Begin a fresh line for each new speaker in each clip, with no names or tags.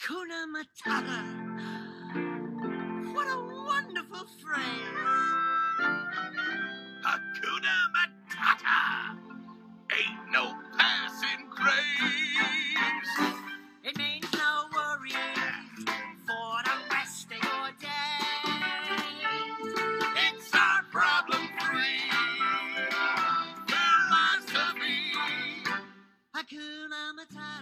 Hakuna Matata. What a wonderful phrase. Hakuna Matata. Ain't no passing craze. It means no worries for the rest of your days. It's our problem-free philosophy. Hakuna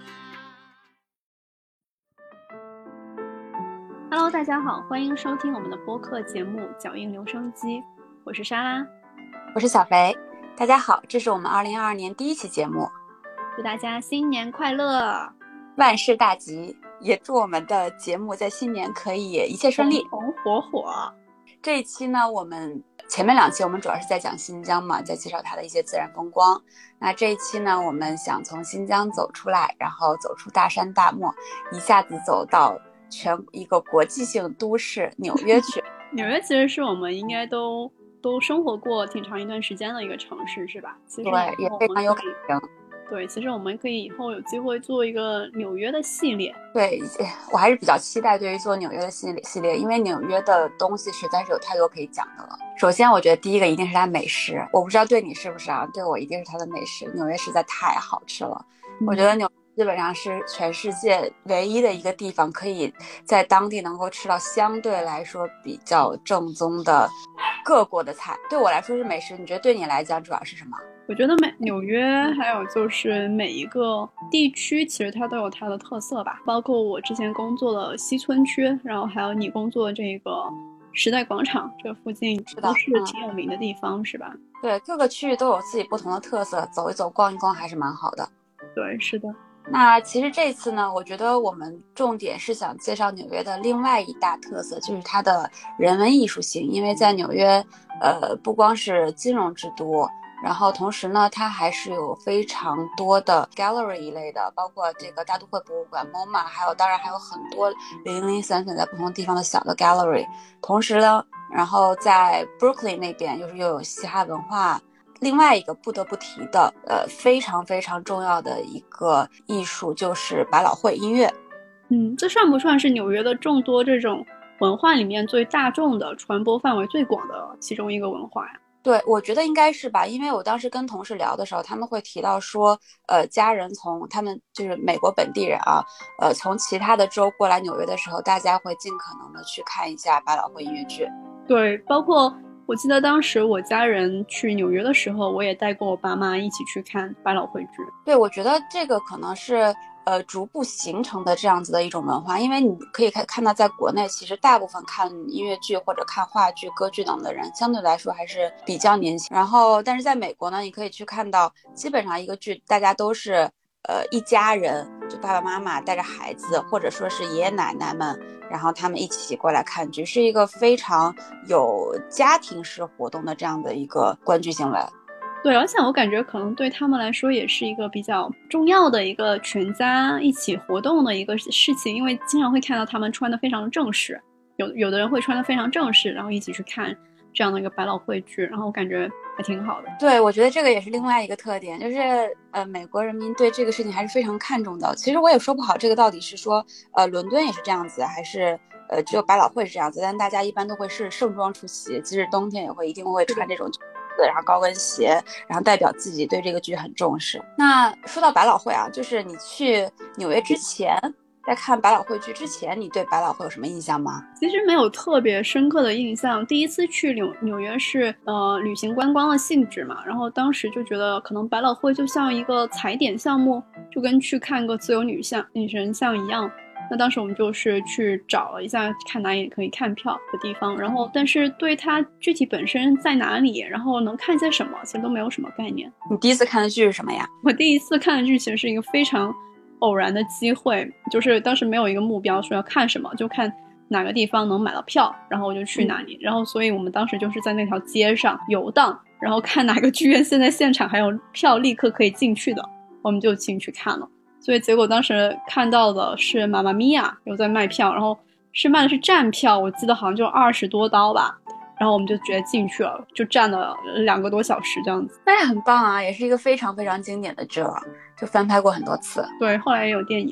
Matata。Hello， 大家好，欢迎收听我们的播客节目《脚印留声机》，我是莎拉，
我是小肥。大家好，这是我们2022年第一期节目，
祝大家新年快乐，
万事大吉，也祝我们的节目在新年可以一切顺利，
红火火。
这一期呢，我们前面2期我们主要是在讲新疆嘛，在介绍它的一些自然风光。那这一期呢，我们想从新疆走出来，然后走出大山大漠，一下子走到一个国际性都市纽约去。
纽约其实是我们应该都生活过挺长一段时间的一个城市，是吧？其实
对，也非常有感情。
对，其实我们可以以后有机会做一个纽约的系列。
对，我还是比较期待对于做纽约的系列，因为纽约的东西实在是有太多可以讲的了。首先我觉得第一个一定是它美食，我不知道对你是不是啊，对我一定是它的美食。纽约实在太好吃了，我觉得纽约基本上是全世界唯一的一个地方可以在当地能够吃到相对来说比较正宗的各国的菜。对我来说是美食，你觉得对你来讲主要是什么？
我觉得纽约还有就是每一个地区其实它都有它的特色吧，包括我之前工作的西村区，然后还有你工作的这个时代广场，这附近都是挺有名的地方，是吧？
对，各个区域都有自己不同的特色，走一走逛一逛还是蛮好的。
对，是的。
那其实这次呢，我觉得我们重点是想介绍纽约的另外一大特色，就是它的人文艺术性。因为在纽约不光是金融之都，然后同时呢它还是有非常多的 gallery 一类的，包括这个大都会博物馆 MoMA， 当然还有很多零零散散在不同地方的小的 gallery。 同时呢，然后在 Brooklyn 那边又有嘻哈文化。另外一个不得不提的非常非常重要的一个艺术就是百老汇音乐。
这算不算是纽约的众多这种文化里面最大众的、传播范围最广的其中一个文化呀？
对，我觉得应该是吧，因为我当时跟同事聊的时候，他们会提到说家人从他们就是美国本地人啊，从其他的州过来纽约的时候，大家会尽可能的去看一下百老汇音乐剧。
对，包括我记得当时我家人去纽约的时候，我也带过我爸妈一起去看百老汇剧。
对，我觉得这个可能是逐步形成的这样子的一种文化。因为你可以看到在国内其实大部分看音乐剧或者看话剧歌剧等的人相对来说还是比较年轻，然后但是在美国呢，你可以去看到基本上一个剧大家都是一家人，就爸爸妈妈带着孩子或者说是爷爷奶奶们，然后他们一起过来看剧，是一个非常有家庭式活动的这样的一个观剧行为。
对，而且我感觉可能对他们来说也是一个比较重要的一个全家一起活动的一个事情，因为经常会看到他们穿得非常正式，有的人会穿得非常正式，然后一起去看这样的一个百老汇剧，然后我感觉还挺好的。
对，我觉得这个也是另外一个特点，就是美国人民对这个事情还是非常看重的。其实我也说不好这个到底是说伦敦也是这样子，还是只有百老汇是这样子，但大家一般都会是盛装出席，即使冬天也一定会穿这种然后高跟鞋，然后代表自己对这个剧很重视。那说到百老汇啊，就是你去纽约之前，在看百老汇剧之前，你对百老汇有什么印象吗？
其实没有特别深刻的印象，第一次去纽约是旅行观光的性质嘛，然后当时就觉得可能百老汇就像一个踩点项目，就跟去看个自由女神像一样。那当时我们就是去找了一下看哪里可以看票的地方，然后但是对它具体本身在哪里，然后能看些什么其实都没有什么概念。
你第一次看的剧是什么呀？
我第一次看的剧其实是一个非常偶然的机会，就是当时没有一个目标说要看什么，就看哪个地方能买到票，然后我就去哪里，然后所以我们当时就是在那条街上游荡，然后看哪个剧院现在现场还有票立刻可以进去的，我们就进去看了。所以结果当时看到的是妈妈咪呀有在卖票，然后是卖的是站票，我记得好像就20多刀吧，然后我们就直接进去了，就站了2个多小时这样子。
那也很棒啊，也是一个非常非常经典的剧了，就翻拍过很多次。
对，后来也有电影。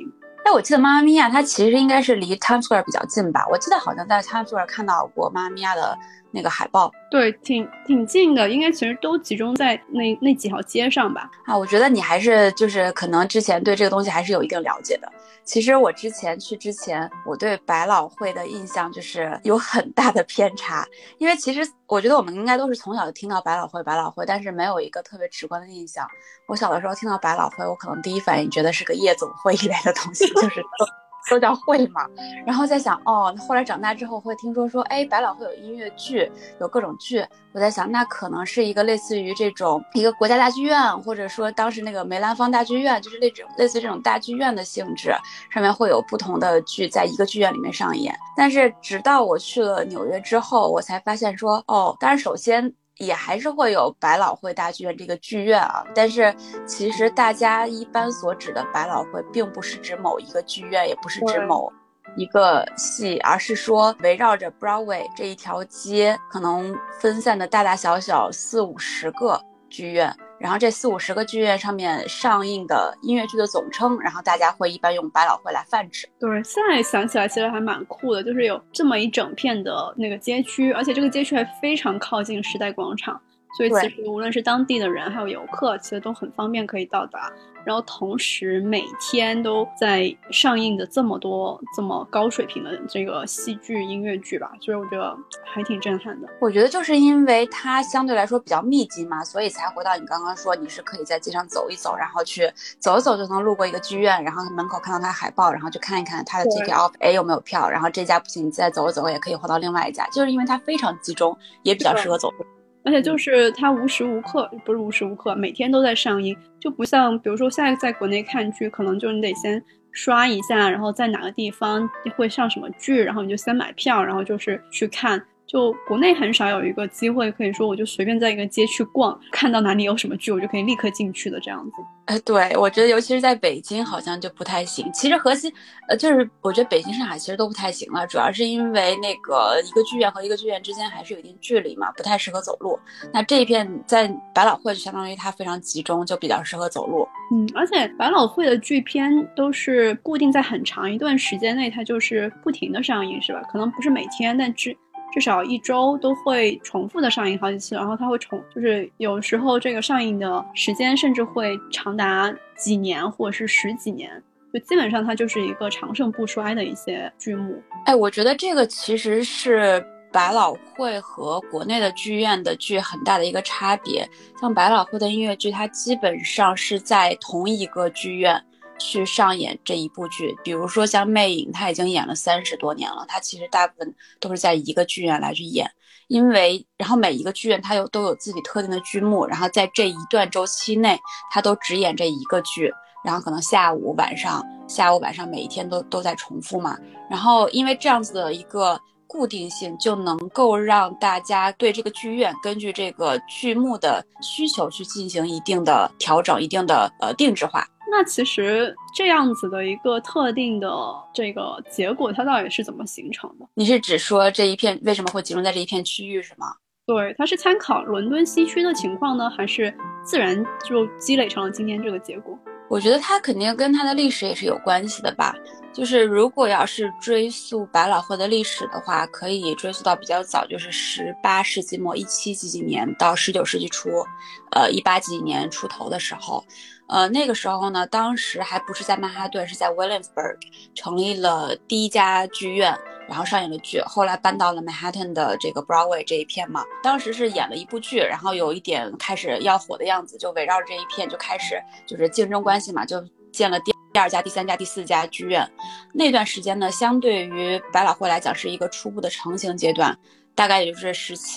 哎，我记得妈妈咪呀它其实应该是离 Times Square 比较近吧，我记得好像在 Times Square 看到过妈妈咪呀的那个海报。
对，挺近的，应该其实都集中在那几条街上吧。
啊，我觉得你还是就是可能之前对这个东西还是有一定了解的。其实我之前，我对百老汇的印象就是有很大的偏差，因为其实我觉得我们应该都是从小就听到百老汇，但是没有一个特别直观的印象。我小的时候听到百老汇，我可能第一反应觉得是个夜总会一类的东西，就是都叫会嘛。然后在想，哦，后来长大之后会听说，哎，百老汇有音乐剧，有各种剧。我在想，那可能是一个类似于这种一个国家大剧院，或者说当时那个梅兰芳大剧院，就是类似于这种大剧院的性质，上面会有不同的剧在一个剧院里面上演。但是直到我去了纽约之后，我才发现说，哦，当然首先也还是会有百老汇大剧院这个剧院啊，但是其实大家一般所指的百老汇并不是指某一个剧院，也不是指某一个戏，而是说围绕着 Broadway 这一条街可能分散的大大小小40-50个剧院，然后这40-50个剧院上面上映的音乐剧的总称，然后大家会一般用百老汇来泛指。
对，现在想起来其实还蛮酷的，就是有这么一整片的那个街区，而且这个街区还非常靠近时代广场，所以其实无论是当地的人还有游客，其实都很方便可以到达。然后同时每天都在上映的这么多这么高水平的这个戏剧音乐剧吧，所以我觉得还挺震撼的。
我觉得就是因为它相对来说比较密集嘛，所以才回到你刚刚说你是可以在街上走一走，然后去走一走就能路过一个剧院，然后门口看到它的海报，然后去看一看它的 ticket offer 有没有票，然后这家不行你再走一走也可以换到另外一家，就是因为它非常集中，也比较适合走路。
而且就是它无时无刻，不是无时无刻，每天都在上映，就不像比如说现在在国内看剧，可能就你得先刷一下，然后在哪个地方会上什么剧，然后你就先买票，然后就是去看。就国内很少有一个机会可以说我就随便在一个街区逛，看到哪里有什么剧我就可以立刻进去的这样子。
对，我觉得尤其是在北京好像就不太行。其实核心就是我觉得北京上海其实都不太行了，主要是因为那个一个剧院和一个剧院之间还是有一定距离嘛，不太适合走路。那这一片在百老汇就相当于它非常集中，就比较适合走路。
而且百老汇的剧片都是固定在很长一段时间内它就是不停的上映，是吧？可能不是每天，但至少一周都会重复的上映好几次，然后它会就是有时候这个上映的时间甚至会长达几年或者是10几年，就基本上它就是一个长盛不衰的一些剧目。
哎，我觉得这个其实是百老汇和国内的剧院的剧很大的一个差别。像百老汇的音乐剧，它基本上是在同一个剧院去上演这一部剧，比如说像魅影，它已经演了30多年了，它其实大部分都是在一个剧院来去演，然后每一个剧院它都有自己特定的剧目，然后在这一段周期内它都只演这一个剧，然后可能下午晚上每一天都在重复嘛，然后因为这样子的一个固定性就能够让大家对这个剧院根据这个剧目的需求去进行一定的调整，一定的定制化。
那其实这样子的一个特定的这个结果它到底是怎么形成的？
你是指说这一片为什么会集中在这一片区域是吗？
对，它是参考伦敦西区的情况呢，还是自然就积累成了今天这个结果？
我觉得它肯定跟它的历史也是有关系的吧。就是如果要是追溯百老汇的历史的话，可以追溯到比较早，就是18世纪末17几年到19世纪初，18几年出头的时候，那个时候呢，当时还不是在曼哈顿，是在 Williamsburg 成立了第一家剧院，然后上演了剧，后来搬到了 Manhattan 的这个 Broadway 这一片嘛。当时是演了一部剧，然后有一点开始要火的样子，就围绕着这一片就开始就是竞争关系嘛，就建了第2家、第3家、第4家剧院。那段时间呢，相对于百老汇来讲是一个初步的成型阶段，大概也就是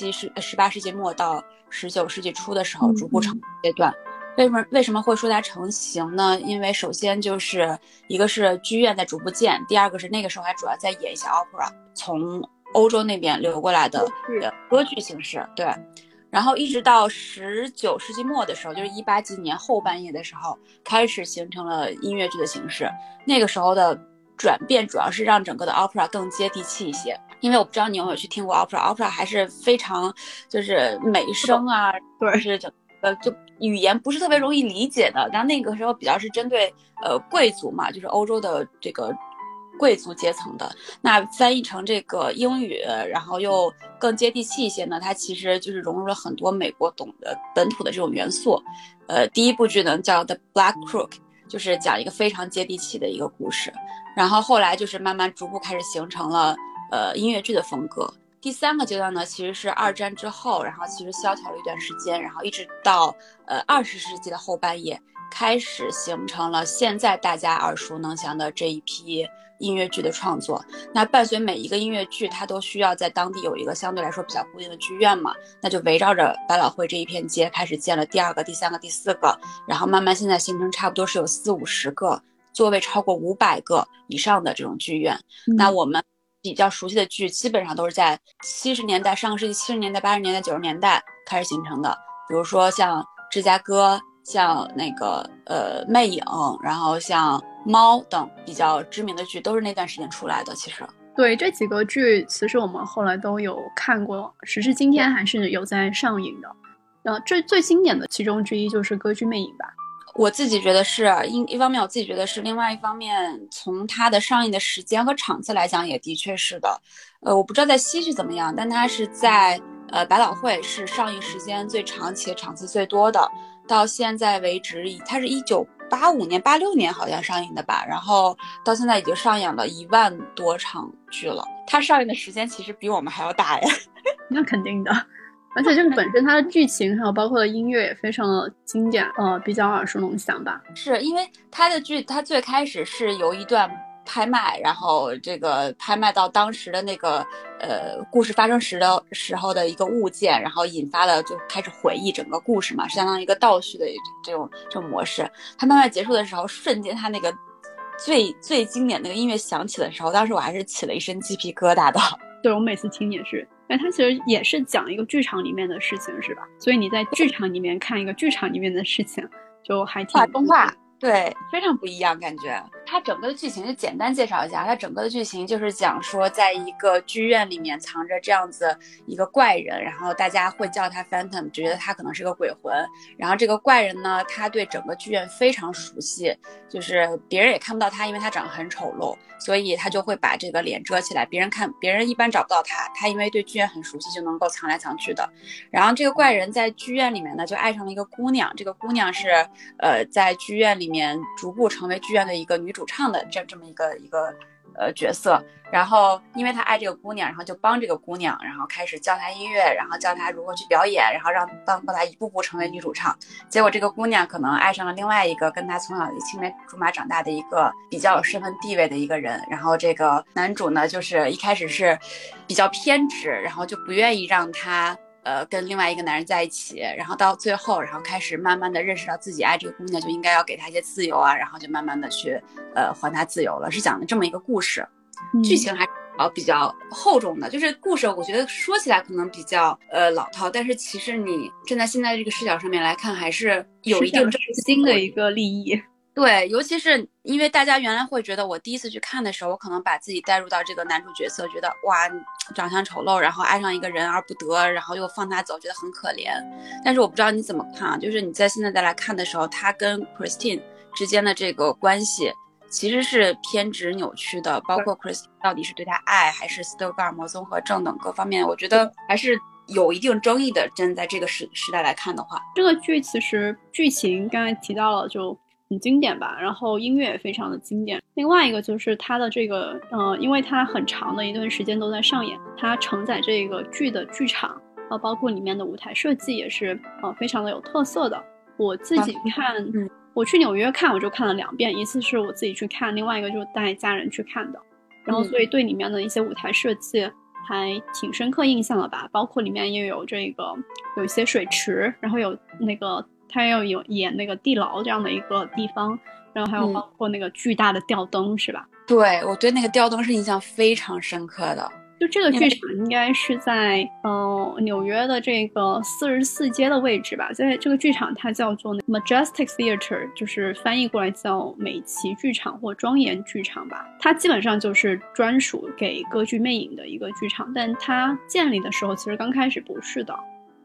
18世纪末到19世纪初的时候逐步成型阶段。为什么会说它成型呢？因为首先就是一个是剧院在逐步建，第二个是那个时候还主要在演一些 opera， 从欧洲那边流过来的歌剧形式，对。然后一直到19世纪末的时候，就是18几年后半叶的时候，开始形成了音乐剧的形式。那个时候的转变主要是让整个的 opera 更接地气一些。因为我不知道你有没有去听过 opera 还是非常就是美声啊，
对，
是就语言不是特别容易理解的。然后那个时候比较是针对贵族嘛，就是欧洲的这个贵族阶层的。那翻译成这个英语，然后又更接地气一些呢，它其实就是融入了很多美国懂的本土的这种元素。第一部剧呢叫 The Black Crook， 就是讲一个非常接地气的一个故事。然后后来就是慢慢逐步开始形成了音乐剧的风格。第三个阶段呢，其实是二战之后，然后其实萧条了一段时间，然后一直到20世纪的后半叶，开始形成了现在大家耳熟能详的这一批音乐剧的创作。那伴随每一个音乐剧，它都需要在当地有一个相对来说比较固定的剧院嘛，那就围绕着百老汇这一片街开始建了第二个、第三个、第四个，然后慢慢现在形成差不多是有40-50个，座位超过500个以上的这种剧院。那我们比较熟悉的剧基本上都是在70年代，上个世纪70年代、80年代、90年代开始形成的，比如说像芝加哥，像那个魅影，然后像猫等比较知名的剧都是那段时间出来的。其实
对，这几个剧其实我们后来都有看过，时至今天还是有在上映的。最经典的其中之一就是歌剧魅影吧。
我自己觉得是一方面我自己觉得是，另外一方面从它的上映的时间和场次来讲也的确是的。我不知道在西区怎么样，但它是在百老汇是上映时间最长且场次最多的，到现在为止它是1985年86年好像上映的吧，然后到现在已经上演了1万多场剧了。它上映的时间其实比我们还要大呀。
那肯定的，而且这个本身它的剧情还有包括音乐也非常的经典，比较耳熟能详吧。
是因为它的剧，它最开始是由一段拍卖，然后这个拍卖到当时的那个故事发生时候的一个物件，然后引发了就开始回忆整个故事嘛，相当于一个倒叙的这种模式。它慢慢结束的时候，瞬间它那个最经典那个音乐响起的时候，当时我还是起了一身鸡皮疙瘩的。
对，我每次听也是，但它其实也是讲一个剧场里面的事情，是吧？所以你在剧场里面看一个剧场里面的事情，就还挺
动画，对，非常不一样感觉。它整个的剧情就简单介绍一下，它整个的剧情就是讲说，在一个剧院里面藏着这样子一个怪人，然后大家会叫他 Phantom， 觉得他可能是个鬼魂。然后这个怪人呢，他对整个剧院非常熟悉，就是别人也看不到他，因为他长得很丑陋，所以他就会把这个脸遮起来，别人一般找不到他，他因为对剧院很熟悉，就能够藏来藏去的。然后这个怪人在剧院里面呢，就爱上了一个姑娘，这个姑娘是在剧院里面逐步成为剧院的一个女主唱的这么一个角色。然后因为他爱这个姑娘，然后就帮这个姑娘，然后开始教她音乐，然后教她如何去表演，然后帮她一步步成为女主唱。结果这个姑娘可能爱上了另外一个跟她从小青梅竹马长大的一个比较有身份地位的一个人。然后这个男主呢，就是一开始是比较偏执，然后就不愿意让他跟另外一个男人在一起，然后到最后，然后开始慢慢的认识到自己爱这个姑娘，就应该要给她一些自由啊，然后就慢慢的去还她自由了，是讲的这么一个故事。剧情还是比较厚重的，就是故事我觉得说起来可能比较老套，但是其实你站在现在这个视角上面来看，还是有一定
新的一个利益。
对，尤其是因为大家原来会觉得，我第一次去看的时候，我可能把自己带入到这个男主角色，觉得哇，长相丑陋，然后爱上一个人而不得，然后又放他走，觉得很可怜。但是我不知道你怎么看啊，就是你在现在再来看的时候，他跟 Christine 之间的这个关系其实是偏执扭曲的，包括 Christine 到底是对他爱还是斯德哥尔摩综合症等各方面，我觉得还是有一定争议的。真在这个时代来看的话，
这个剧其实剧情刚才提到了就很经典吧，然后音乐也非常的经典。另外一个就是它的这个因为它很长的一段时间都在上演，它承载这个剧的剧场包括里面的舞台设计也是非常的有特色的。我自己看我去纽约看，我就看了2遍，一次是我自己去看，另外一个就带家人去看的。然后所以对里面的一些舞台设计还挺深刻印象的吧，包括里面也有有一些水池，然后有那个他要有演那个地牢这样的一个地方，然后还有包括那个巨大的吊灯，是吧？
对，我对那个吊灯是印象非常深刻的。
就这个剧场应该是在纽约的这个44街的位置吧，在这个剧场它叫做 Majestic Theater， 就是翻译过来叫美奇剧场或庄严剧场吧。它基本上就是专属给歌剧魅影的一个剧场，但它建立的时候其实刚开始不是的。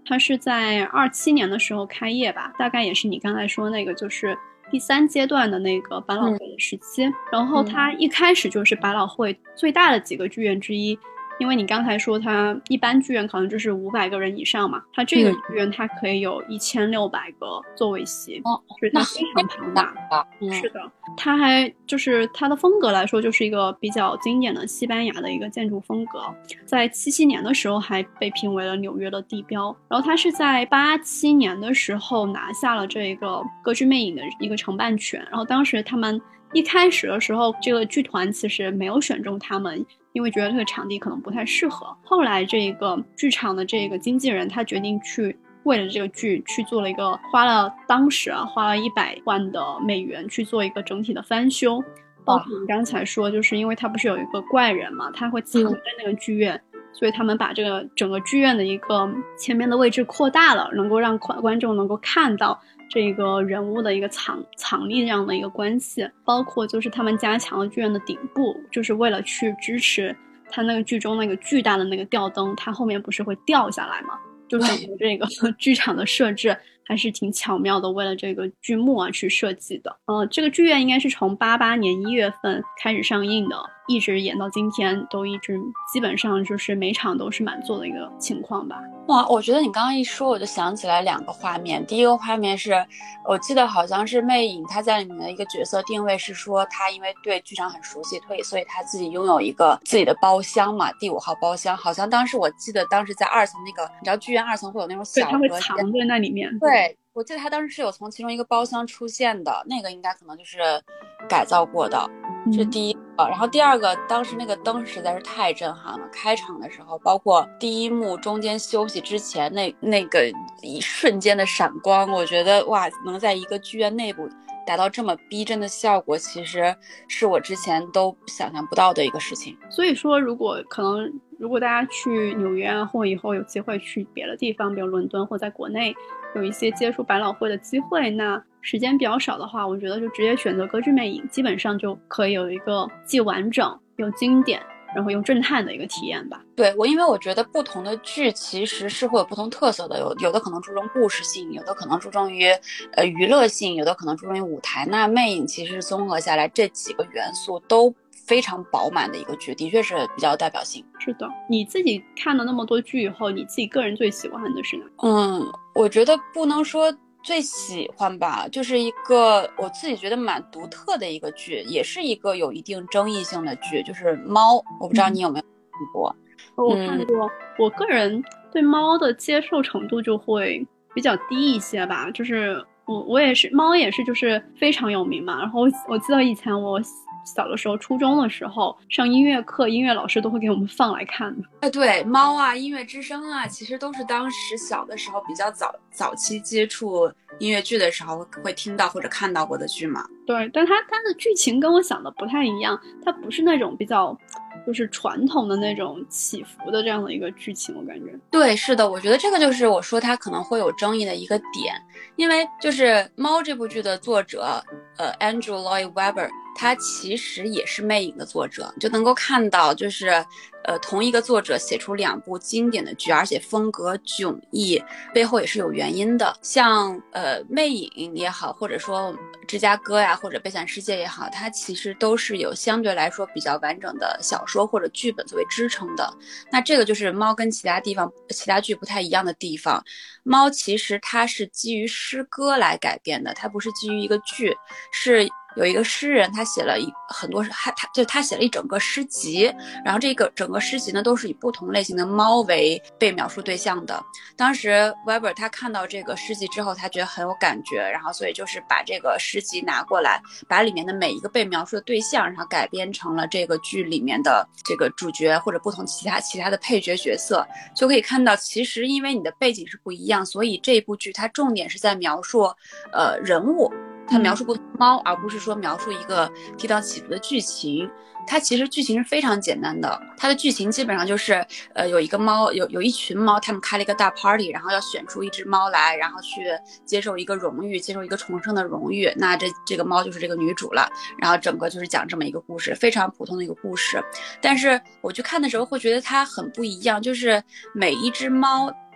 它是在27年的时候开业吧，大概也是你刚才说那个就是第3阶段的那个百老汇的时期。然后它一开始就是百老汇最大的几个剧院之一，因为你刚才说它一般剧院可能就是500个人以上嘛，它这个剧院它可以有1600个座位席，所以它非常庞大。是的，它还就是它的风格来说，就是一个比较经典的西班牙的一个建筑风格，在77年的时候还被评为了纽约的地标。然后它是在87年的时候拿下了这个歌剧魅影的一个承办权，然后当时他们一开始的时候，这个剧团其实没有选中他们，因为觉得这个场地可能不太适合。后来这个剧场的这个经纪人他决定去为了这个剧去做了一个当时花了100万的美元去做一个整体的翻修，包括你刚才说就是因为他不是有一个怪人嘛，他会藏在那个剧院，所以他们把这个整个剧院的一个前面的位置扩大了，能够让观众能够看到这个人物的一个藏匿这样的一个关系。包括就是他们加强了剧院的顶部，就是为了去支持他那个剧中那个巨大的那个吊灯，它后面不是会掉下来吗？就整个这个剧场的设置还是挺巧妙的，为了这个剧目去设计的。这个剧院应该是从88年1月份开始上映的，一直演到今天，都一直基本上就是每场都是满座的一个情况吧。
哇，我觉得你刚刚一说，我就想起来2个画面。第一个画面是我记得好像是魅影他在里面的一个角色定位是说他因为对剧场很熟悉，所以他自己拥有一个自己的包厢嘛，第5号包厢。好像当时我记得当时在2层那个，你知道剧院2层会有那种小隔间，
对，他会藏在那里面。
对，我记得他当时是有从其中一个包厢出现的，那个应该可能就是改造过的。这第一个。然后第二个，当时那个灯实在是太震撼了，开场的时候，包括第一幕中间休息之前那个一瞬间的闪光，我觉得哇，能在一个剧院内部达到这么逼真的效果，其实是我之前都想象不到的一个事情。
所以说如果大家去纽约啊，或以后有机会去别的地方，比如伦敦或在国内有一些接触百老汇的机会，那时间比较少的话，我觉得就直接选择歌剧魅影，基本上就可以有一个既完整又经典然后又震撼的一个体验吧。
对，因为我觉得不同的剧其实是会有不同特色的，有的可能注重故事性，有的可能注重于娱乐性，有的可能注重于舞台。那魅影其实综合下来这几个元素都非常饱满的一个剧，的确是比较有代表性。
是的，你自己看了那么多剧以后，你自己个人最喜欢的是哪？
我觉得不能说最喜欢吧，就是一个我自己觉得蛮独特的一个剧，也是一个有一定争议性的剧，就是猫。我不知道你有没有看过？
我看过。我个人对猫的接受程度就会比较低一些吧，就是我也是，猫也是就是非常有名嘛。然后我记得以前我小的时候，初中的时候上音乐课，音乐老师都会给我们放来看的。
对，猫啊，音乐之声啊，其实都是当时小的时候比较早期接触音乐剧的时候会听到或者看到过的剧嘛。
对，但它的剧情跟我想的不太一样，它不是那种比较就是传统的那种起伏的这样的一个剧情，我感觉。
对，是的，我觉得这个就是我说它可能会有争议的一个点，因为就是《猫》这部剧的作者Andrew Lloyd Webber， 他其实也是魅影的作者，就能够看到就是同一个作者写出2部经典的剧，而且风格迥异，背后也是有原因的。像魅影也好，或者说芝加哥呀，或者悲惨世界也好，它其实都是有相对来说比较完整的小说或者剧本作为支撑的。那这个就是猫跟其他剧不太一样的地方。猫其实它是基于诗歌来改编的，它不是基于一个剧，是有一个诗人，他写了他写了一整个诗集，然后这个整个诗集呢都是以不同类型的猫为被描述对象的。当时 Weber 他看到这个诗集之后，他觉得很有感觉，然后所以就是把这个诗集拿过来，把里面的每一个被描述的对象，然后改编成了这个剧里面的这个主角或者不同其他的配角角色，就可以看到其实因为你的背景是不一样，所以这部剧它重点是在描述人物，它描述不同猫，而不是说描述一个跌宕起伏的剧情。它其实剧情是非常简单的，它的剧情基本上就是有一个猫，有一群猫，他们开了一个大 party， 然后要选出一只猫来，然后去接受一个荣誉，接受一个重生的荣誉，那这个猫就是这个女主了，然后整个就是讲这么一个故事，非常普通的一个故事。但是我去看的时候会觉得它很不一样，就是每一只猫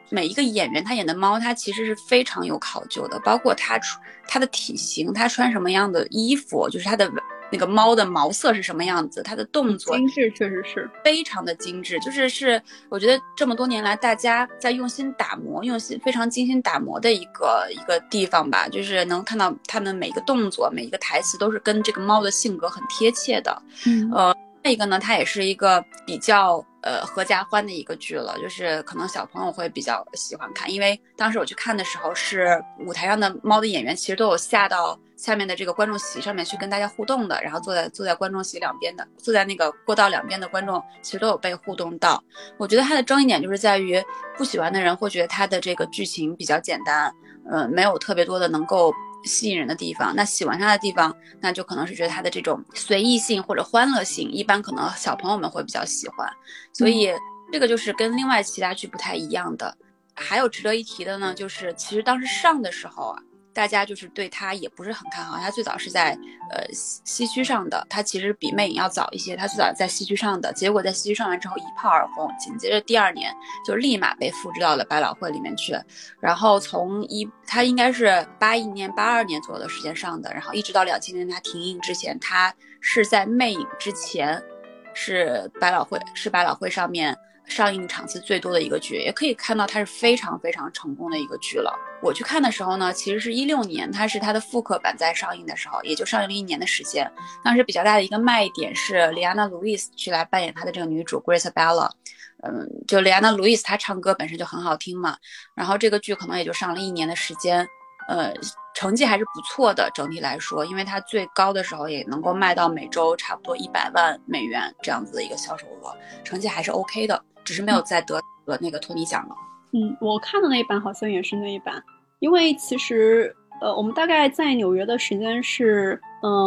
每一个演员他演的猫，他其实是非常有考究的，包括他的体型，他穿什么样的衣服，就是他的那个猫的毛色是什么样子，他的动作
精致，确实是
非常的精致，是我觉得这么多年来大家在用心打磨，非常精心打磨的一个地方吧，就是能看到他们每一个动作每一个台词都是跟这个猫的性格很贴切的。另一个呢，它也是一个比较合家欢的一个剧了，就是可能小朋友会比较喜欢看，因为当时我去看的时候是舞台上的猫的演员其实都有下到下面的这个观众席上面去跟大家互动的，然后坐在观众席两边的，坐在那个过道两边的观众其实都有被互动到。我觉得它的争议点就是在于不喜欢的人会觉得它的这个剧情比较简单，没有特别多的能够吸引人的地方，那喜欢它的地方，那就可能是觉得它的这种随意性或者欢乐性，一般可能小朋友们会比较喜欢，所以这个就是跟另外其他剧不太一样的。还有值得一提的呢，就是其实当时上的时候啊，大家就是对它也不是很看好，它最早是在西区上的，它其实比魅影要早一些，它最早在西区上的，结果在西区上完之后一炮而红，紧接着第2年就立马被复制到了百老汇里面去，然后它应该是81年82年左右的时间上的，然后一直到2000年它停映之前，它是在魅影之前是百老汇上面上映场次最多的一个剧，也可以看到它是非常非常成功的一个剧了。我去看的时候呢，其实是16年，它是它的复刻版在上映的时候，也就上映了1年的时间。当时比较大的一个卖点是里安娜·路易斯去来扮演她的这个女主 Grace Bella，就里安娜·路易斯她唱歌本身就很好听嘛，然后这个剧可能也就上了1年的时间，成绩还是不错的，整体来说，因为它最高的时候也能够卖到每周差不多100万美元这样子的一个销售额，成绩还是 OK 的，只是没有再得那个托尼奖了。
我看的那一版好像也是那一版，因为其实我们大概在纽约的时间是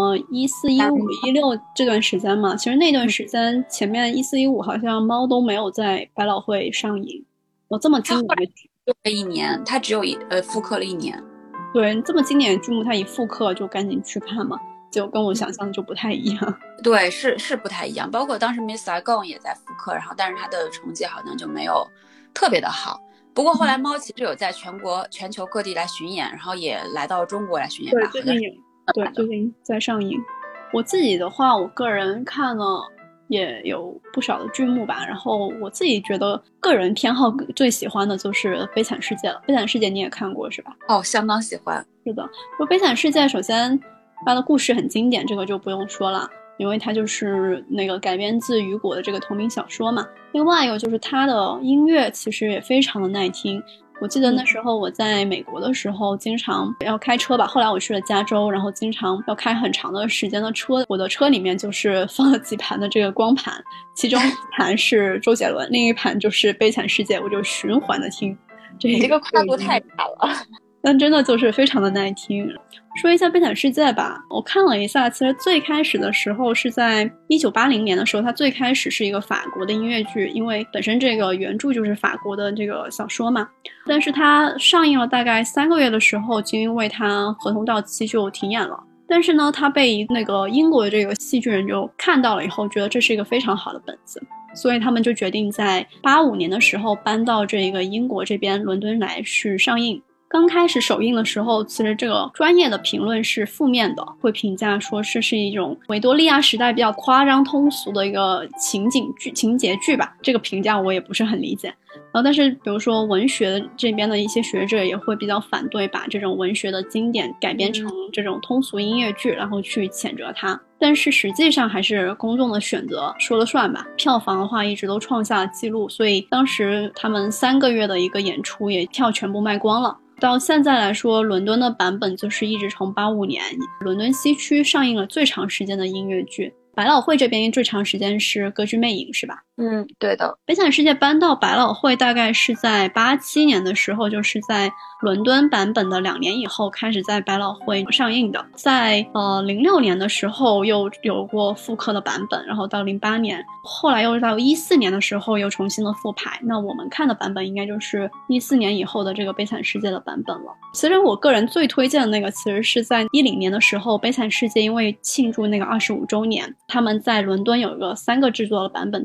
14、15、16这段时间嘛，其实那段时间前面14、15好像猫都没有在百老汇上映，这么经典的剧
就这1年，它只有复刻了1年。
对，这么经典的剧目它一复刻就赶紧去看嘛，就跟我想象的就不太一样。
对，是不太一样，包括当时 Miss Saigon 也在复刻，然后但是它的成绩好像就没有特别的好。不过后来猫其实有在全球各地来巡演，然后也来到中国来巡演吧。
对，最近在上映。我自己的话，我个人看了也有不少的剧目吧，然后我自己觉得个人偏好最喜欢的就是《悲惨世界》了。《悲惨世界》你也看过是吧？
相当喜欢。
是的，《悲惨世界》首先它的故事很经典，这个就不用说了，因为它就是那个改编自雨果的这个同名小说嘛。另外一个就是它的音乐其实也非常的耐听。我记得那时候我在美国的时候经常要开车吧，后来我去了加州，然后经常要开很长的时间的车，我的车里面就是放了几盘的这个光盘，其中一盘是周杰伦，另一盘就是悲惨世界，我就循环的听。
你这个跨度太大了。
但真的就是非常的耐听。说一下悲惨世界吧，我看了一下，其实最开始的时候是在1980年的时候，它最开始是一个法国的音乐剧，因为本身这个原著就是法国的这个小说嘛，但是它上映了大概3个月的时候，就因为它合同到期就停演了。但是呢，它被那个英国的这个戏剧人就看到了以后，觉得这是一个非常好的本子，所以他们就决定在85年的时候搬到这个英国这边伦敦来去上映。刚开始首映的时候，其实这个专业的评论是负面的，会评价说这是一种维多利亚时代比较夸张通俗的一个情节剧吧，这个评价我也不是很理解。然后但是比如说文学这边的一些学者也会比较反对把这种文学的经典改编成这种通俗音乐剧，然后去谴责它。但是实际上还是公众的选择说了算吧，票房的话一直都创下了记录，所以当时他们3个月的一个演出也票全部卖光了。到现在来说，伦敦的版本就是一直从85年伦敦西区上映了最长时间的音乐剧，百老汇这边最长时间是歌剧魅影是吧？
对的。
悲惨世界搬到百老汇大概是在87年的时候，就是在伦敦版本的2年以后开始在百老汇上映的。在06年的时候又有过复刻的版本，然后到08年，后来又到14年的时候又重新的复排。那我们看的版本应该就是14年以后的这个悲惨世界的版本了。其实我个人最推荐的那个其实是在10年的时候，悲惨世界因为庆祝那个25周年，他们在伦敦有一个3个制作的版本同时上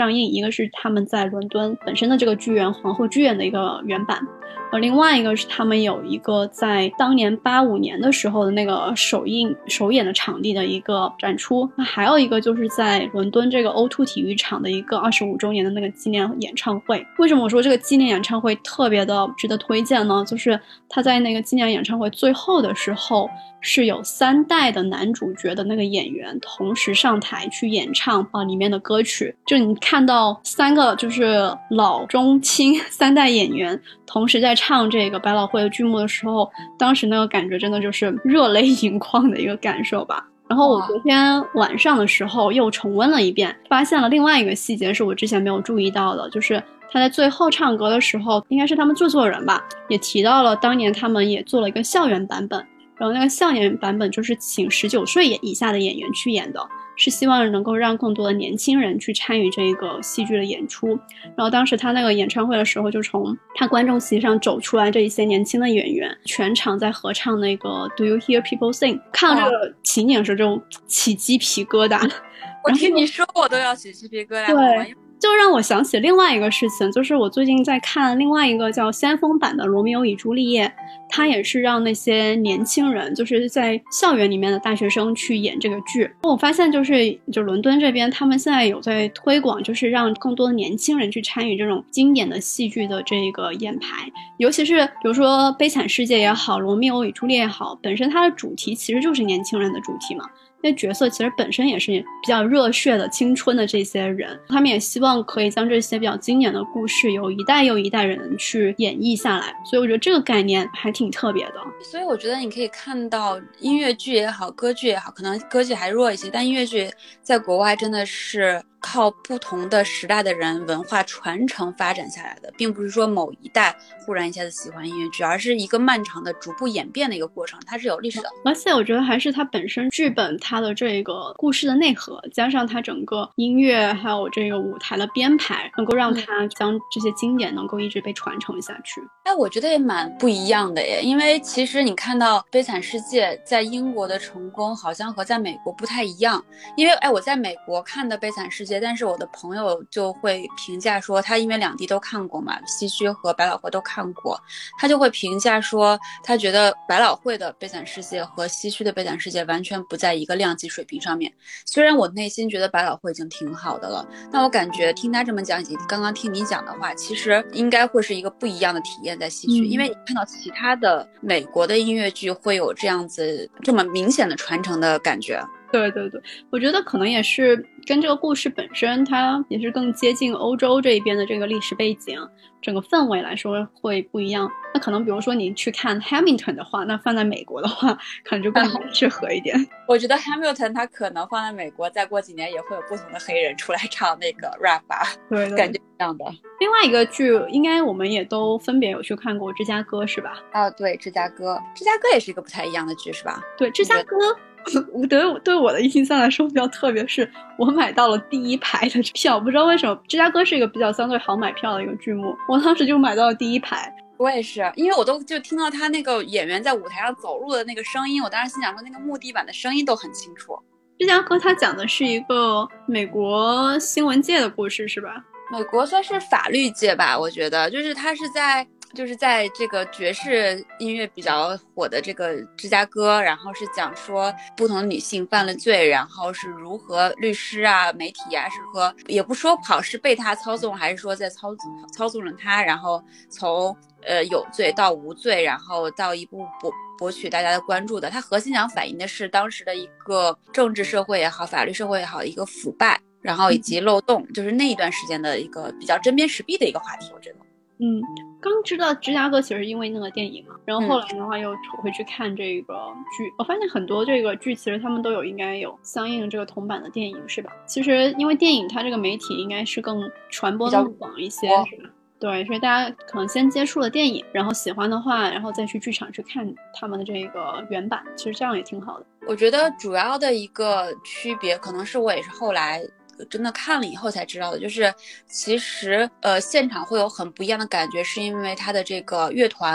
上映，一个是他们在伦敦本身的这个剧院皇后剧院的一个原版，另外一个是他们有一个在当年85年的时候的那个首演的场地的一个展出，那还有一个就是在伦敦这个 O2 体育场的一个25周年的那个纪念演唱会。为什么我说这个纪念演唱会特别的值得推荐呢？就是他在那个纪念演唱会最后的时候是有3代的男主角的那个演员同时上台去演唱里面的歌曲，就你看到3个就是老中青3代演员同时在唱这个百老汇的剧目的时候，当时那个感觉真的就是热泪盈眶的一个感受吧。然后我昨天晚上的时候又重温了一遍，发现了另外一个细节是我之前没有注意到的，就是他在最后唱歌的时候，应该是他们制作人吧，也提到了当年他们也做了一个校园版本，然后那个校园版本就是请19岁以下的演员去演的，是希望能够让更多的年轻人去参与这个戏剧的演出。然后当时他那个演唱会的时候，就从他观众席上走出来这一些年轻的演员，全场在合唱那个 Do You Hear People Sing， 看这个情景时就起鸡皮疙瘩。
我听你说我都要起鸡皮疙瘩。
对，就让我想起另外一个事情，就是我最近在看另外一个叫先锋版的《罗密欧与朱丽叶》，它也是让那些年轻人，就是在校园里面的大学生去演这个剧。我发现就伦敦这边，他们现在有在推广，就是让更多的年轻人去参与这种经典的戏剧的这个演排，尤其是比如说《悲惨世界》也好，《罗密欧与朱丽叶》也好，本身它的主题其实就是年轻人的主题嘛。因为角色其实本身也是比较热血的青春的这些人，他们也希望可以将这些比较经典的故事由一代又一代人去演绎下来，所以我觉得这个概念还挺特别的。
所以我觉得你可以看到音乐剧也好，歌剧也好，可能歌剧还弱一些，但音乐剧在国外真的是靠不同的时代的人文化传承发展下来的，并不是说某一代忽然一下子喜欢音乐剧，而是一个漫长的逐步演变的一个过程，它是有历史的。
而且我觉得还是它本身剧本它的这个故事的内核，加上它整个音乐还有这个舞台的编排，能够让它将这些经典能够一直被传承下去。
我觉得也蛮不一样的耶，因为其实你看到《悲惨世界》在英国的成功好像和在美国不太一样，因为我在美国看的《悲惨世界》，但是我的朋友就会评价说，他因为两地都看过嘛，西区和百老汇都看过，他就会评价说，他觉得百老汇的《悲惨世界》和西区的《悲惨世界》完全不在一个量级水平上面。虽然我内心觉得百老汇已经挺好的了，但我感觉听他这么讲，以及刚刚听你讲的话，其实应该会是一个不一样的体验在西区，因为你看到其他的美国的音乐剧会有这样子这么明显的传承的感觉。
对对对，我觉得可能也是跟这个故事本身，它也是更接近欧洲这一边的这个历史背景，整个氛围来说会不一样。那可能比如说你去看 Hamilton 的话，那放在美国的话，可能就更适合一点。
我觉得 Hamilton 它可能放在美国，再过几年也会有不同的黑人出来唱那个 rap 吧，
对对，
感觉这样的。
另外一个剧，应该我们也都分别有去看过《芝加哥》，是吧？
对，芝加哥也是一个不太一样的剧，是吧？
对，芝加哥。对我的印象来说比较特别，是我买到了第一排的票，不知道为什么芝加哥是一个比较相对好买票的一个剧目，我当时就买到了第一排。
我也是，因为我都就听到他那个演员在舞台上走路的那个声音，我当时心想说那个木地板的声音都很清楚。
芝加哥它讲的是一个美国新闻界的故事，是吧？
美国算是法律界吧，我觉得就是他是在这个爵士音乐比较火的这个芝加哥，然后是讲说不同的女性犯了罪，然后是如何律师啊、媒体啊是和也不说好是被他操纵，还是说在操纵了他，然后从有罪到无罪，然后到一步博取大家的关注的。它核心想反映的是当时的一个政治社会也好、法律社会也好一个腐败，然后以及漏洞，就是那一段时间的一个比较针砭时弊的一个话题，我觉得。
刚知道芝加哥其实因为那个电影嘛，然后后来的话又回去看这个剧，我发现很多这个剧其实他们都应该有相应这个同版的电影，是吧？其实因为电影它这个媒体应该是更传播更广一些，是吧？对，所以大家可能先接触了电影，然后喜欢的话，然后再去剧场去看他们的这个原版，其实这样也挺好的。
我觉得主要的一个区别，可能是我也是后来真的看了以后才知道的，就是其实现场会有很不一样的感觉，是因为它的这个乐团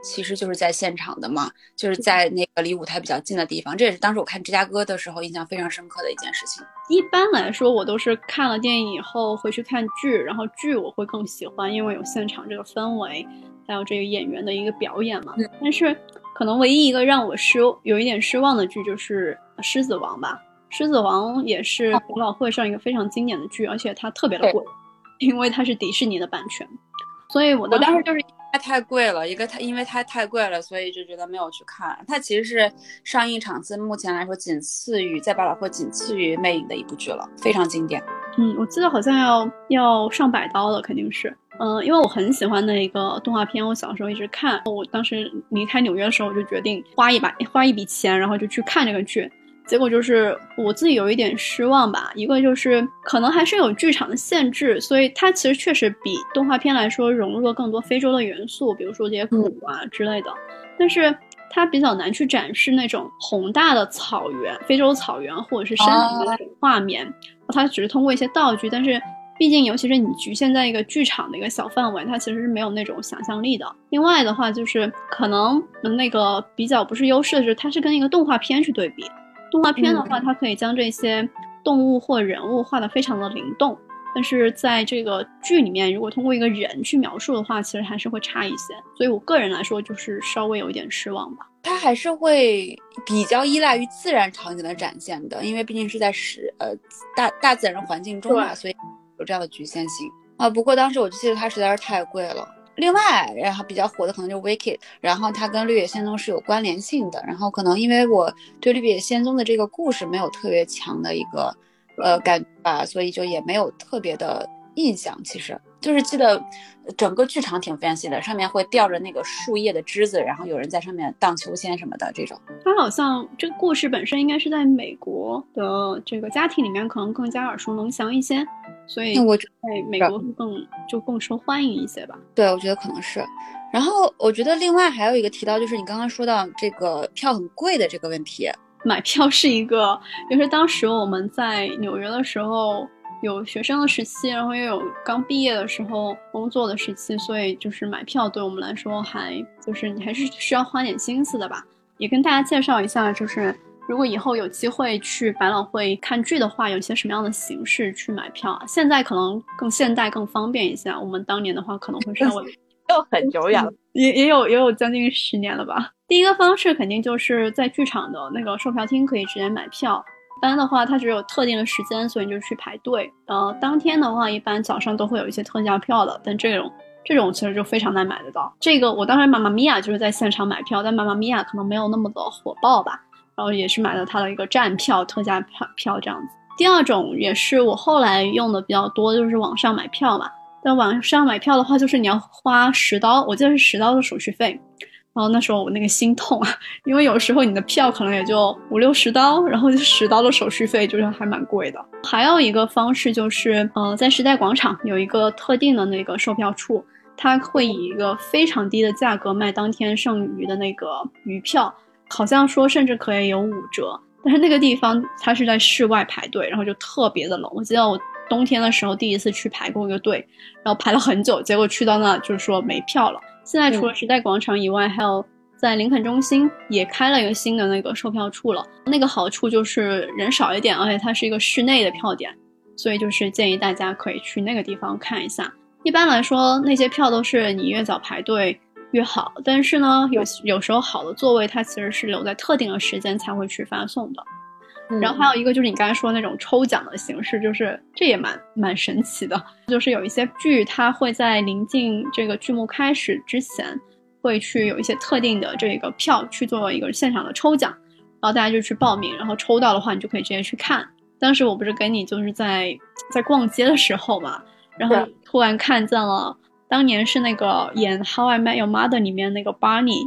其实就是在现场的嘛，就是在那个离舞台比较近的地方，这也是当时我看芝加哥的时候印象非常深刻的一件事情。
一般来说，我都是看了电影以后回去看剧，然后剧我会更喜欢，因为有现场这个氛围，还有这个演员的一个表演嘛。但是可能唯一一个让我有一点失望的剧就是《狮子王》吧。《狮子王》也是百老汇上一个非常经典的剧，而且它特别的贵，因为它是迪士尼的版权，所以我当时
就是它太贵了，因为它太贵了，所以就觉得没有去看。它其实是上映场次目前来说在百老汇仅次于魅影的一部剧了，非常经典。
我记得好像要上100刀了，肯定是。因为我很喜欢那个动画片，我小时候一直看。我当时离开纽约的时候，我就决定花一笔钱，然后就去看这个剧。结果就是我自己有一点失望吧，一个就是可能还是有剧场的限制，所以它其实确实比动画片来说融入了更多非洲的元素，比如说这些鼓啊之类的，但是它比较难去展示那种宏大的草原、非洲草原或者是森林的那种画面，它只是通过一些道具，但是毕竟尤其是你局限在一个剧场的一个小范围，它其实是没有那种想象力的。另外的话就是可能那个比较不是优势的是它是跟一个动画片去对比，动画片的话它可以将这些动物或人物画得非常的灵动，但是在这个剧里面如果通过一个人去描述的话，其实还是会差一些，所以我个人来说就是稍微有一点失望吧。
它还是会比较依赖于自然场景的展现的，因为毕竟是在大自然环境中嘛，所以有这样的局限性啊。不过当时我就记得它实在是太贵了。另外然后比较火的可能就是 Wicked， 然后它跟绿野仙踪是有关联性的，然后可能因为我对绿野仙踪的这个故事没有特别强的一个感觉吧，所以就也没有特别的印象。其实就是记得整个剧场挺 fancy 的，上面会吊着那个树叶的枝子，然后有人在上面荡秋千什么的这种。
它好像这个故事本身应该是在美国的这个家庭里面可能更加耳熟能详一些，所以
我
在美国会更受欢迎一些吧。
对，我觉得可能是。然后我觉得另外还有一个提到就是你刚刚说到这个票很贵的这个问题。
买票是一个，就是当时我们在纽约的时候有学生的时期，然后又有刚毕业的时候工作的时期，所以就是买票对我们来说你还是需要花点心思的吧。也跟大家介绍一下，就是如果以后有机会去百老汇看剧的话，有些什么样的形式去买票。现在可能更现代更方便一些，我们当年的话可能会稍微
又很久远了，
也有将近10年了吧。第一个方式肯定就是在剧场的那个售票厅可以直接买票，一般的话它只有特定的时间，所以你就去排队。当天的话一般早上都会有一些特价票的，但这种其实就非常难买得到。这个我当时妈妈咪呀就是在现场买票，但妈妈咪呀可能没有那么的火爆吧，然后也是买了它的一个站票、特价票这样子。第二种也是我后来用的比较多，就是网上买票嘛。但网上买票的话，就是你要花10刀，我记得是10刀的手续费。然后那时候我那个心痛啊，因为有时候你的票可能也就50-60刀，然后就10刀的手续费，就是还蛮贵的。还有一个方式就是在时代广场有一个特定的那个售票处，它会以一个非常低的价格卖当天剩余的那个余票，好像说甚至可以有5折。但是那个地方它是在室外排队，然后就特别的冷。我记得我冬天的时候第一次去排过一个队，然后排了很久，结果去到那就是说没票了。现在除了时代广场以外，还有在林肯中心也开了一个新的那个售票处了。那个好处就是人少一点，而且它是一个室内的票点，所以就是建议大家可以去那个地方看一下。一般来说那些票都是你越早排队越好，但是呢有时候好的座位它其实是留在特定的时间才会去发送的。然后还有一个就是你刚才说那种抽奖的形式，就是这也蛮神奇的，就是有一些剧它会在临近这个剧目开始之前会去有一些特定的这个票去做一个现场的抽奖，然后大家就去报名，然后抽到的话你就可以直接去看。当时我不是跟你就是在逛街的时候嘛，然后突然看见了当年是那个演 How I Met Your Mother 里面那个 Barney，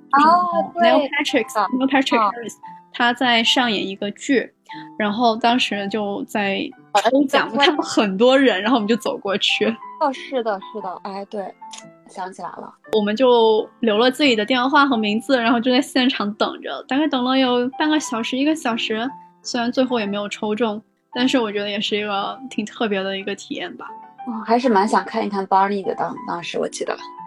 Neil Patrick Harris，他在上演一个剧，然后当时就在抽奖，看到很多人，然后我们就走过去。
是的，哎，对，想起来了。
我们就留了自己的电话和名字，然后就在现场等着，大概等了有半个小时、1个小时，虽然最后也没有抽中，但是我觉得也是一个挺特别的一个体验吧。
还是蛮想看一看 Barney 的，当时我记得。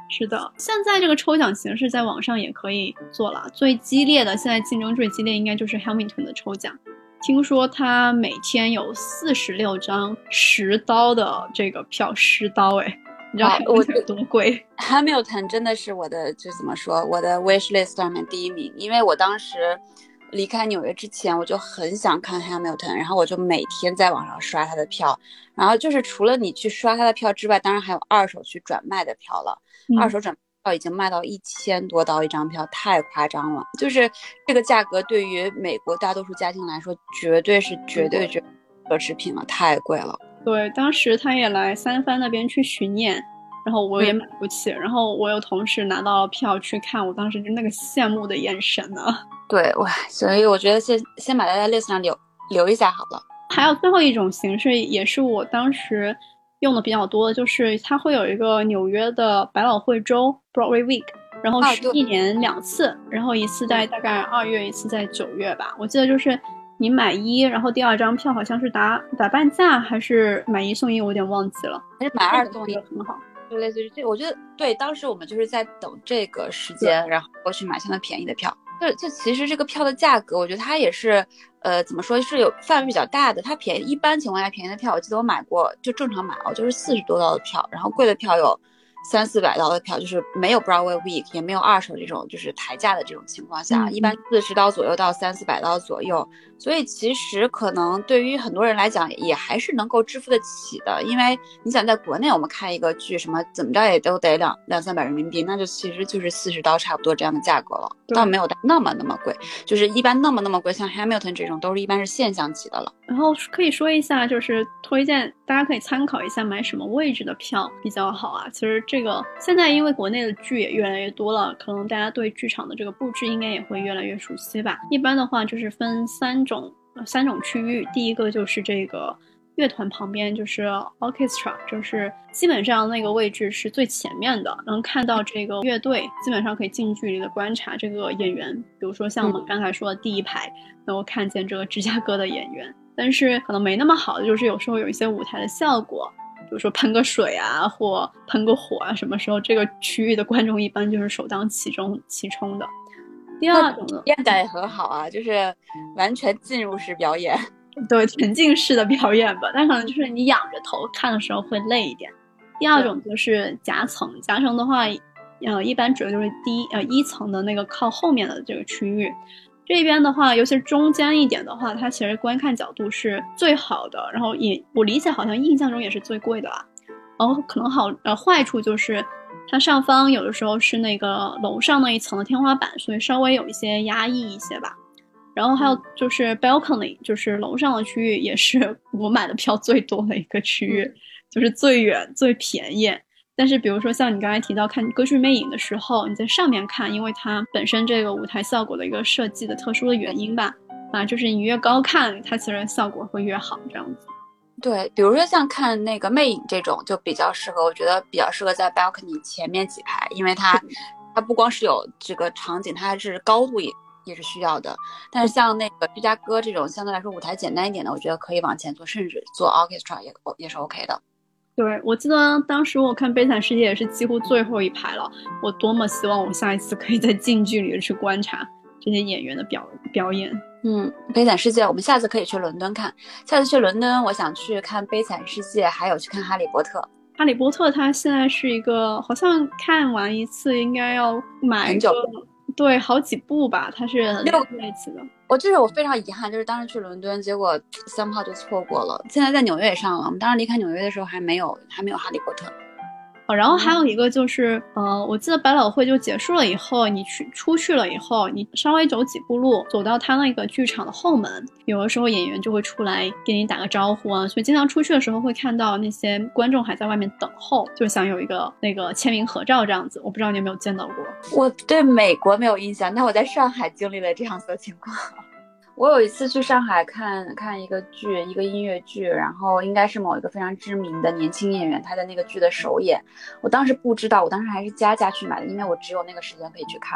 是的，现在这个抽奖形式在网上也可以做了。最激烈的，现在竞争最激烈应该就是 Hamilton 的抽奖。听说他每天有46张$10的这个票，$10哎，你知道 Hamilton 有多贵
？Hamilton 真的是我的，就怎么说，我的 wish list 上面第一名，因为我当时离开纽约之前，我就很想看 Hamilton， 然后我就每天在网上刷他的票，然后就是除了你去刷他的票之外，当然还有二手去转卖的票了，二手转卖票已经卖到$1000多一张票，太夸张了。就是这个价格对于美国大多数家庭来说，绝对奢侈品了，太贵了。
对，当时他也来三藩那边去巡演，然后我也买不起，然后我有同事拿到了票去看，我当时就那个羡慕的眼神啊。
对，所以我觉得先把它在 list 上留一下好了。
还有最后一种形式，也是我当时用的比较多的，就是它会有一个纽约的百老汇周 Broadway Week， 然后是1年2次，然后一次在大概2月，一次在9月吧。我记得就是你买一，然后第2张票好像是打半价，还是买1送1，我有点忘记了。
还是买2送1，
很好。
就类似于这个，我觉得对，当时我们就是在等这个时间，然后过去买相对便宜的票。就其实这个票的价格，我觉得它也是，怎么说是有范围比较大的。它便宜，一般情况下便宜的票，我记得我买过，就正常买就是$40多的票，然后贵的票有$300-400的票，就是没有 Broadway Week， 也没有二手这种就是抬价的这种情况下，一般$40左右到$300-400左右。所以其实可能对于很多人来讲，也还是能够支付得起的。因为你想在国内我们看一个剧，什么怎么着也都得200-300人民币，那就其实就是$40差不多这样的价格了，倒没有那么贵。就是一般那么贵，像 Hamilton 这种都是一般是现象级的了。
然后可以说一下，就是推荐大家可以参考一下买什么位置的票比较好啊。其实这个现在因为国内的剧也越来越多了，可能大家对剧场的这个布置应该也会越来越熟悉吧。一般的话就是分三种区域，第一个就是这个乐团旁边，就是 orchestra， 就是基本上那个位置是最前面的，能看到这个乐队，基本上可以近距离的观察这个演员。比如说像我们刚才说的第一排，能够看见这个芝加哥的演员。但是可能没那么好的就是有时候有一些舞台的效果，比如说喷个水啊，或喷个火啊，什么时候这个区域的观众一般就是首当其冲的。第二种呢，
体验感也很好啊，就是完全进入式表演，
对，沉浸式的表演吧，但可能就是你仰着头看的时候会累一点。第二种就是夹层的话，一般主要就是一层的那个靠后面的这个区域。这边的话，尤其是中间一点的话，它其实观看角度是最好的，然后我理解好像印象中也是最贵的啦。然后可能坏处就是它上方有的时候是那个楼上那一层的天花板，所以稍微有一些压抑一些吧。然后还有就是 balcony， 就是楼上的区域，也是我买的票最多的一个区域，就是最远最便宜。但是比如说像你刚才提到看歌剧魅影的时候，你在上面看，因为它本身这个舞台效果的一个设计的特殊的原因吧，就是你越高看它其实效果会越好这样子。
对，比如说像看那个魅影这种就比较适合，我觉得比较适合在 balcony 前面几排，因为它不光是有这个场景，它还是高度也是需要的。但是像那个芝加哥这种相对来说舞台简单一点的，我觉得可以往前坐，甚至做 orchestra 也是 OK 的。
对，我记得当时我看《悲惨世界》也是几乎最后一排了，我多么希望我下一次可以再近距离的去观察这些演员的表演。
悲惨世界我们下次可以去伦敦看，下次去伦敦我想去看悲惨世界，还有去看哈利波特。
哈利波特它现在是一个好像看完一次应该要买
很久，
对，好几部吧，它是6个在一起的。我
非常遗憾，就是当时去伦敦，结果3号就错过了。现在在纽约也上了，我们当时离开纽约的时候还没有哈利波特。然
后还有一个就是我记得百老汇就结束了以后，你出去了以后，你稍微走几步路，走到他那个剧场的后门，有的时候演员就会出来给你打个招呼啊，所以经常出去的时候会看到那些观众还在外面等候，就想有一个那个签名合照这样子。我不知道你有没有见到过。
我对美国没有印象，但我在上海经历了这样子的情况。我有一次去上海看一个剧，一个音乐剧，然后应该是某一个非常知名的年轻演员他的那个剧的首演，我当时不知道，我当时还是加价去买的，因为我只有那个时间可以去看。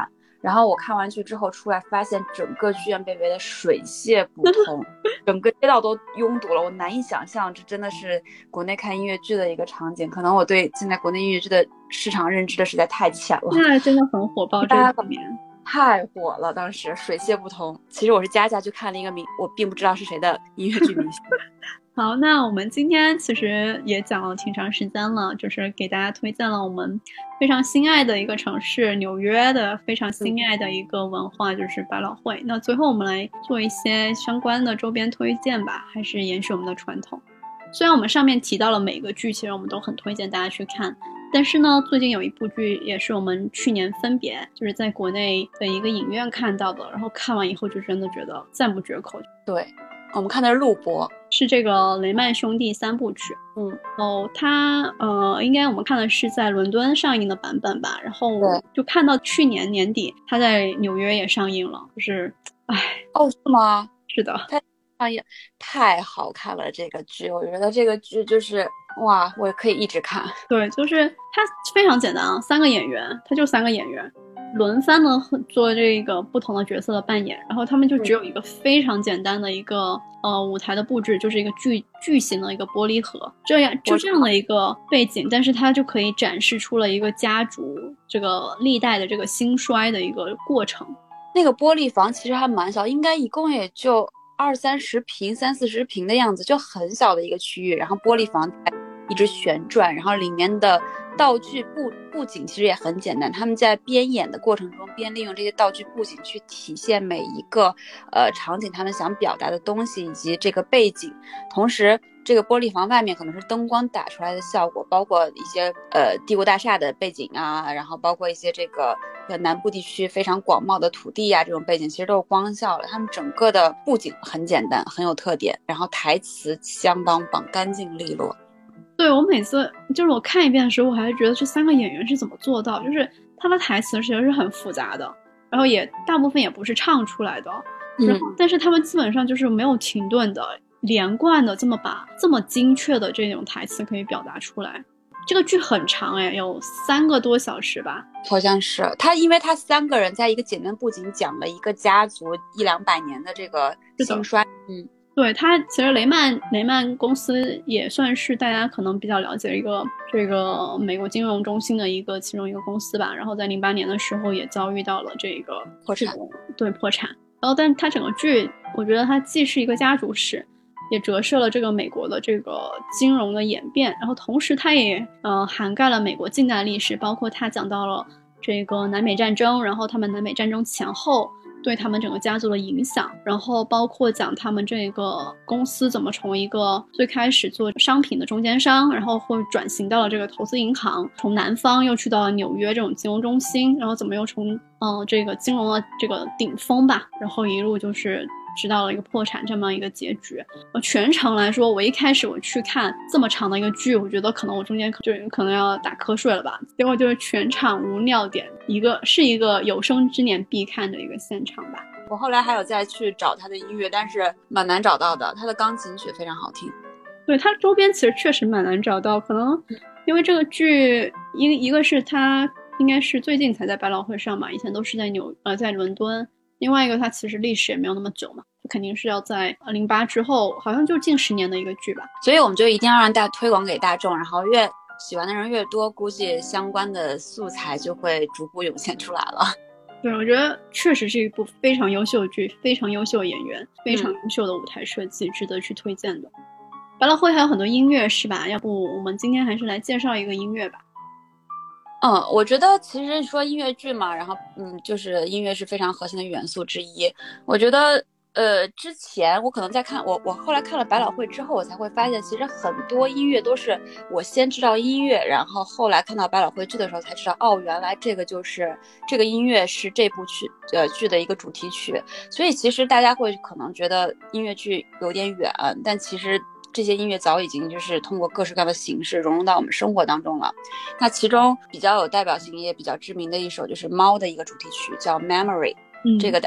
然后我看完剧之后出来，发现整个剧院被围得水泄不通，整个街道都拥堵了，我难以想象，这真的是国内看音乐剧的一个场景。可能我对现在国内音乐剧的市场认知的实在太浅了。
那真的很火爆，这几年
太火了，当时水泄不通。其实我是加价去看了一个我并不知道是谁的音乐剧明星。
好，那我们今天其实也讲了挺长时间了，就是给大家推荐了我们非常心爱的一个城市纽约的非常心爱的一个文化，就是百老汇。那最后我们来做一些相关的周边推荐吧，还是延续我们的传统。虽然我们上面提到了每个剧，其实我们都很推荐大家去看，但是呢，最近有一部剧也是我们去年分别就是在国内的一个影院看到的，然后看完以后就真的觉得赞不绝口。
对，我们看的是录播，
是这个雷曼兄弟3部曲。它应该我们看的是在伦敦上映的版本吧，然后就看到去年年底它在纽约也上映了，就是
是吗？
是的，
它上映太好看了，这个剧我觉得这个剧就是哇，我可以一直看。
对，就是它非常简单啊，3个演员，它就3个演员轮番的做这个不同的角色的扮演，然后他们就只有一个非常简单的一个舞台的布置，就是一个巨型的一个玻璃盒，这样的一个背景，但是它就可以展示出了一个家族这个历代的这个兴衰的一个过程。
那个玻璃房其实还蛮小，应该一共也就20-30平、30-40平的样子，就很小的一个区域，然后玻璃房一直旋转，然后里面的道具布景其实也很简单，他们在边演的过程中边利用这些道具布景去体现每一个场景他们想表达的东西以及这个背景。同时这个玻璃房外面可能是灯光打出来的效果，包括一些帝国大厦的背景啊，然后包括一些这个南部地区非常广袤的土地啊，这种背景其实都是光效的。他们整个的布景很简单，很有特点，然后台词相当棒，干净利落。
对，我每次就是我看一遍的时候，我还是觉得这3个演员是怎么做到，就是他的台词其实是很复杂的，然后也大部分也不是唱出来的，然后但是他们基本上就是没有停顿的连贯的把这么精确的这种台词可以表达出来。这个剧很长有3个多小时吧，
好像是因为他3个人在一个简单布景讲了一个家族100-200年的这个兴衰。
对，它其实雷曼公司也算是大家可能比较了解的一个这个美国金融中心的其中一个公司吧。然后在08年的时候也遭遇到了这个
破产。
对，破产。然后但是它整个剧我觉得它既是一个家族史，也折射了这个美国的这个金融的演变，然后同时它也涵盖了美国近代历史，包括它讲到了这个南北战争，然后他们南北战争前后对他们整个家族的影响，然后包括讲他们这个公司怎么从一个最开始做商品的中间商，然后会转型到了这个投资银行，从南方又去到了纽约这种金融中心，然后怎么又从这个金融的这个顶峰吧，然后一路就是直到了一个破产这么一个结局。全程来说，我一开始我去看这么长的一个剧，我觉得可能我中间可能要打瞌睡了吧，结果就是全场无尿点，是一个有生之年必看的一个现场吧。
我后来还有再去找他的音乐，但是蛮难找到的，他的钢琴曲非常好听。
对，他周边其实确实蛮难找到，可能因为这个剧一个是他应该是最近才在百老汇上嘛，以前都是在伦敦，另外一个它其实历史也没有那么久嘛，肯定是要在08之后，好像就近10年的一个剧吧。
所以我们就一定要让推广给大众，然后越喜欢的人越多，估计相关的素材就会逐步涌现出来了。
对，我觉得确实是一部非常优秀的剧，非常优秀的演员，非常优秀的舞台设计，值得去推荐的。百老汇还有很多音乐是吧？要不我们今天还是来介绍一个音乐吧。
我觉得其实说音乐剧嘛，然后就是音乐是非常核心的元素之一。我觉得之前我可能在看我后来看了百老汇之后，我才会发现其实很多音乐都是我先知道音乐，然后后来看到百老汇剧的时候才知道，原来这个音乐是这部剧的一个主题曲。所以其实大家会可能觉得音乐剧有点远，但其实这些音乐早已经就是通过各式各样的形式融入到我们生活当中了。那其中比较有代表性也比较知名的一首就是猫的一个主题曲叫 Memory，这个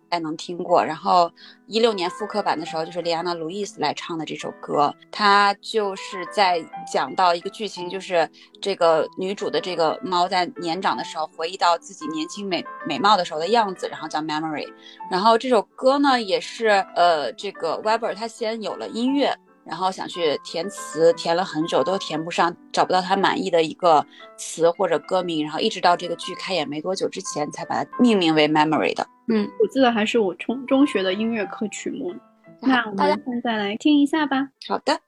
该能听过。然后16年复刻版的时候，就是莉安娜·路易斯来唱的这首歌，它就是在讲到一个剧情，就是这个女主的这个猫在年长的时候回忆到自己年轻美貌的时候的样子，然后叫 Memory。然后这首歌呢，也是这个 Weber 他先有了音乐，然后想去填词，填了很久都填不上，找不到他满意的一个词或者歌名，然后一直到这个剧开演没多久之前才把它命名为 Memory 的。
我记得还是我中学的音乐课曲目。那我们现在来听一下吧。
好的。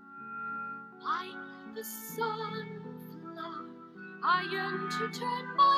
The sunflower, I yearn to turn my